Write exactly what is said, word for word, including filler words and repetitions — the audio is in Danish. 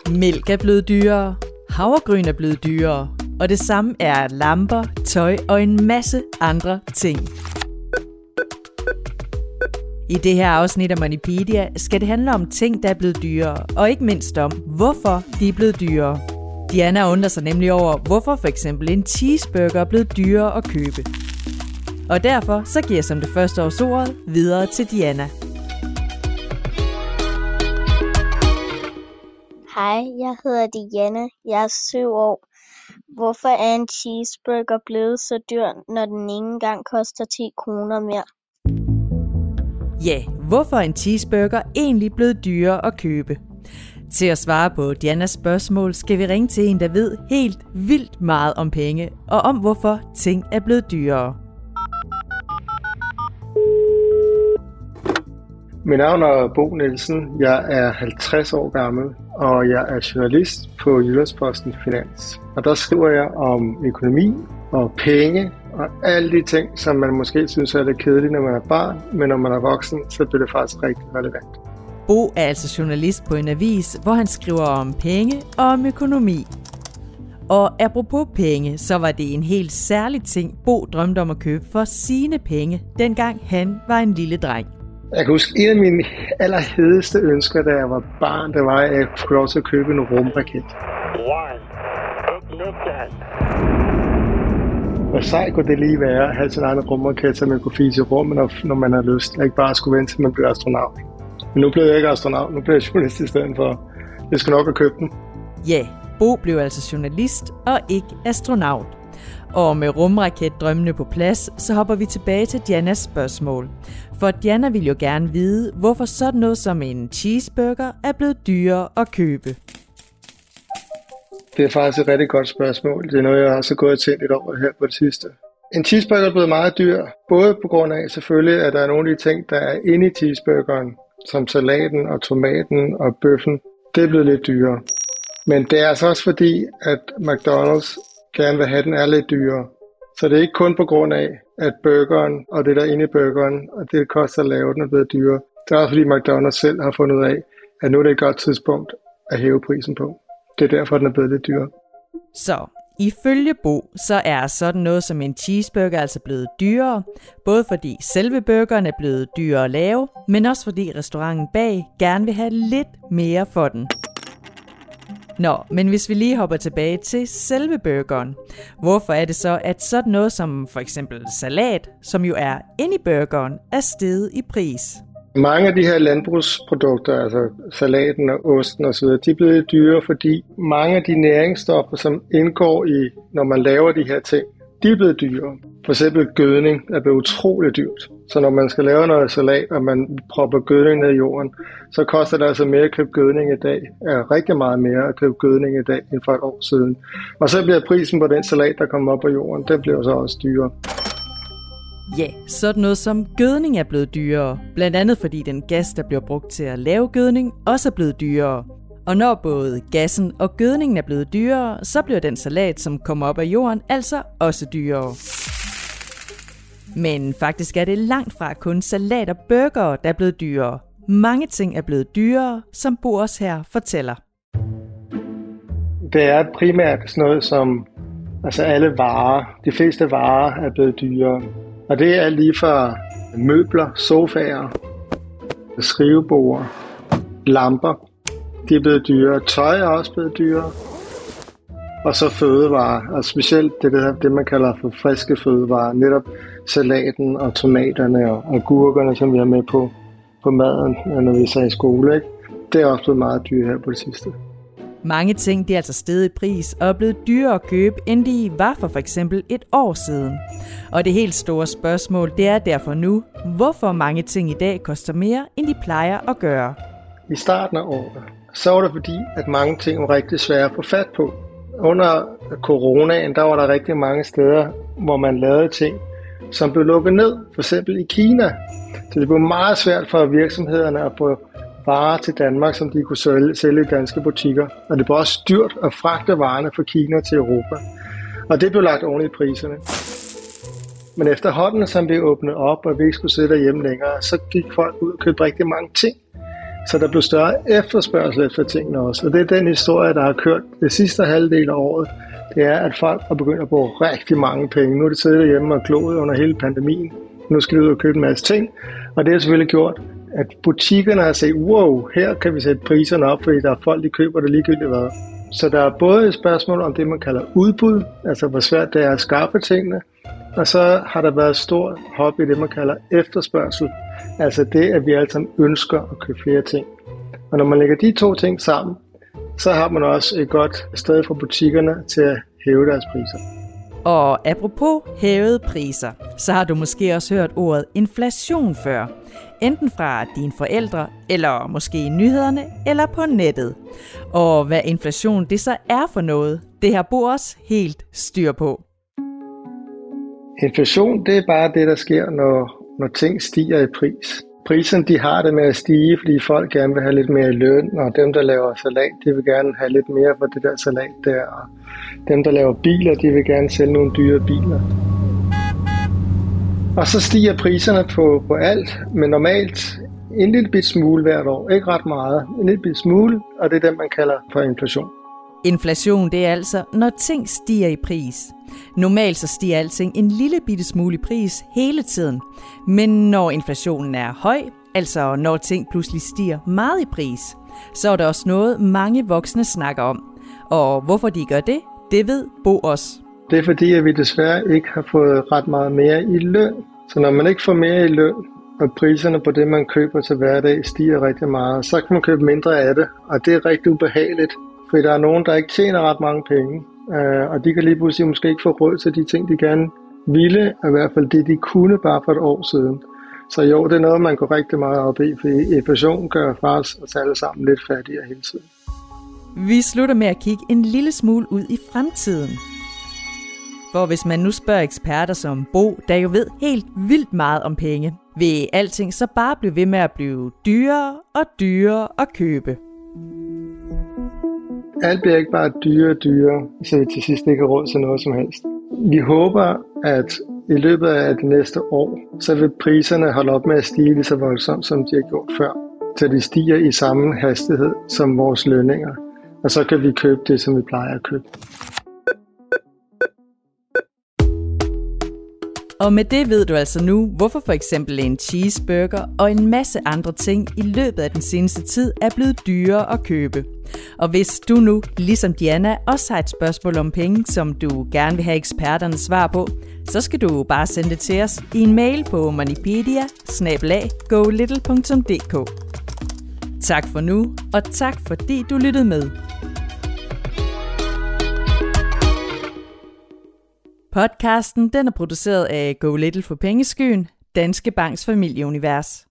Mælk er blevet dyrere, havregryn er blevet dyrere, og det samme er lamper, tøj og en masse andre ting. I det her afsnit af Moneypedia skal det handle om ting, der er blevet dyrere, og ikke mindst om, hvorfor de er blevet dyrere. Diana undrer sig nemlig over, hvorfor for eksempel en cheeseburger er blevet dyrere at købe. Og derfor så giver jeg som det første års ordet videre til Diana. Hej, jeg hedder Diana. Jeg er syv år. Hvorfor er en cheeseburger blevet så dyr, når den ikke engang koster ti kroner mere? Ja, hvorfor er en cheeseburger egentlig blevet dyrere at købe? Til at svare på Dianas spørgsmål skal vi ringe til en, der ved helt vildt meget om penge, og om hvorfor ting er blevet dyrere. Mit navn er Bo Nielsen. Jeg er halvtreds år gammel, og jeg er journalist på Jyllandsposten Finans. Og der skriver jeg om økonomi og penge og alle de ting, som man måske synes er lidt kedeligt, når man er barn, men når man er voksen, så bliver det faktisk rigtig relevant. Bo er altså journalist på en avis, hvor han skriver om penge og om økonomi. Og apropos penge, så var det en helt særlig ting, Bo drømte om at købe for sine penge, dengang han var en lille dreng. Jeg kan huske, en af mine allerhedeste ønsker, da jeg var barn, det var, at jeg kunne lov til at købe en rumraket. Hvor sej kunne det lige være at have sin egen rumraket, så man kunne fise i rummet, når man har lyst. Jeg ikke bare skulle vente, til man blev astronaut. Men nu blev jeg ikke astronaut, nu blev jeg journalist i stedet for. Jeg skal nok have købt den. Ja, Bo blev altså journalist og ikke astronaut. Og med rumraketdrømmene på plads, så hopper vi tilbage til Dianas spørgsmål. For Diana vil jo gerne vide, hvorfor sådan noget som en cheeseburger er blevet dyrere at købe. Det er faktisk et rigtig godt spørgsmål. Det er noget, jeg også har gået og tænkt lidt over her på det sidste. En cheeseburger er blevet meget dyr, både på grund af selvfølgelig, at der er nogle af de ting, der er inde i cheeseburgeren, som salaten og tomaten og bøffen. Det er blevet lidt dyrere. Men det er altså også fordi, at McDonald's gerne vil have, den er lidt dyrere. Så det er ikke kun på grund af, at burgeren og det der inde i burgeren, og det, det koster at lave den, er blevet dyrere. Det er også fordi McDonald's selv har fundet ud af, at nu er det et godt tidspunkt at hæve prisen på. Det er derfor, den er blevet lidt dyrere. Så ifølge Bo, så er sådan noget som en cheeseburger altså blevet dyrere, både fordi selve burgeren er blevet dyrere at lave, men også fordi restauranten bag gerne vil have lidt mere for den. Nå, men hvis vi lige hopper tilbage til selve burgeren, hvorfor er det så, at sådan noget som for eksempel salat, som jo er inde i burgeren, er steget i pris? Mange af de her landbrugsprodukter, altså salaten og osten osv., de er blevet dyre, fordi mange af de næringsstoffer, som indgår i, når man laver de her ting, de er blevet dyrere. For eksempel gødning er blevet utroligt dyrt. Så når man skal lave noget salat, og man propper gødning ned i jorden, så koster det altså mere at købe gødning i dag. Er rigtig meget mere at købe gødning i dag end for et år siden. Og så bliver prisen på den salat, der kommer op på jorden, den bliver så også dyrere. Ja, sådan noget som gødning er blevet dyrere. Blandt andet fordi den gas, der bliver brugt til at lave gødning, også er blevet dyrere. Og når både gassen og gødningen er blevet dyrere, så bliver den salat, som kommer op af jorden, altså også dyrere. Men faktisk er det langt fra kun salat og burger, der er blevet dyrere. Mange ting er blevet dyrere, som Bo også her fortæller. Det er primært sådan noget som altså alle varer. De fleste varer er blevet dyrere. Og det er lige fra møbler, sofaer, skrivebord, lamper. De er blevet dyrere. Tøj er også blevet dyrere. Og så fødevarer, og specielt det, der, det man kalder for friske fødevarer. Netop salaten og tomaterne og agurkerne, som vi har med på, på maden, når vi er i skole. Ikke? Det er også blevet meget dyre her på det sidste. Mange ting de er altså steget i pris og er blevet dyrere at købe, end de var for for eksempel et år siden. Og det helt store spørgsmål, det er derfor nu, hvorfor mange ting i dag koster mere, end de plejer at gøre. I starten af året, så var det fordi, at mange ting var rigtig svære at få fat på. Under coronaen, der var der rigtig mange steder, hvor man lavede ting, som blev lukket ned, for eksempel i Kina. Så det blev meget svært for virksomhederne at få varer til Danmark, som de kunne sælge, sælge i danske butikker. Og det blev også dyrt at fragte varerne fra Kina til Europa. Og det blev lagt oven i priserne. Men efterhånden, som vi åbnede op, og vi ikke skulle sidde derhjemme længere, så gik folk ud og købte rigtig mange ting. Så der blev større efterspørgsel efter tingene også. Og det er den historie, der har kørt det sidste halvdel af året. Det er, at folk har begyndt at bruge rigtig mange penge. Nu er det siddet hjemme og kloget under hele pandemien. Nu skal vi ud og købe en masse ting. Og det har selvfølgelig gjort, at butikkerne har set, wow, her kan vi sætte priserne op, fordi der er folk, der køber det ligegyldigt hvad. Så der er både et spørgsmål om det, man kalder udbud, altså hvor svært det er at skaffe tingene, og så har der været stor hop i det, man kalder efterspørgsel, altså det, at vi alle sammen ønsker at købe flere ting. Og når man lægger de to ting sammen, så har man også et godt sted for butikkerne til at hæve deres priser. Og apropos hævede priser, så har du måske også hørt ordet inflation før. Enten fra dine forældre, eller måske i nyhederne, eller på nettet. Og hvad inflation det så er for noget, det har Bo også helt styr på. Inflation, det er bare det, der sker, når, når ting stiger i pris. Priserne, de har det med at stige, fordi folk gerne vil have lidt mere i løn, og dem, der laver salat, de vil gerne have lidt mere for det der salat der, og dem, der laver biler, de vil gerne sælge nogle dyre biler. Og så stiger priserne på, på alt, men normalt en lille bit smule hvert år. Ikke ret meget, en lille bit smule, og det er det, man kalder for inflation. Inflation, det er altså, når ting stiger i pris. Normalt så stiger alting en lille bitte smule i pris hele tiden. Men når inflationen er høj, altså når ting pludselig stiger meget i pris, så er der også noget, mange voksne snakker om. Og hvorfor de gør det, det ved Bo også. Det er fordi, at vi desværre ikke har fået ret meget mere i løn. Så når man ikke får mere i løn, og priserne på det, man køber til hverdag, stiger rigtig meget, så kan man købe mindre af det. Og det er rigtig ubehageligt, fordi der er nogen, der ikke tjener ret mange penge. Og de kan lige pludselig måske ikke få råd til de ting, de gerne ville, i hvert fald det, de kunne bare for et år siden. Så jo, det er noget, man går rigtig meget op i, fordi inflation gør faktisk os alle sammen lidt fattigere hele tiden. Vi slutter med at kigge en lille smule ud i fremtiden. For hvis man nu spørger eksperter som Bo, der jo ved helt vildt meget om penge, vil alting så bare blive ved med at blive dyrere og dyrere at købe. Alt bliver ikke bare dyrere og dyrere, så vi til sidst ikke har råd til noget som helst. Vi håber, at i løbet af det næste år, så vil priserne holde op med at stige lige så voldsomt, som de har gjort før. Så de stiger i samme hastighed som vores lønninger. Og så kan vi købe det, som vi plejer at købe. Og med det ved du altså nu, hvorfor for eksempel en cheeseburger og en masse andre ting i løbet af den seneste tid er blevet dyrere at købe. Og hvis du nu, ligesom Diana, også har et spørgsmål om penge, som du gerne vil have eksperternes svar på, så skal du bare sende det til os i en mail på moneypedia bindestreg go little punktum d k. Tak for nu, og tak fordi du lyttede med. Podcasten den er produceret af Go Little for Pengeskyen, Danske Banks familieunivers.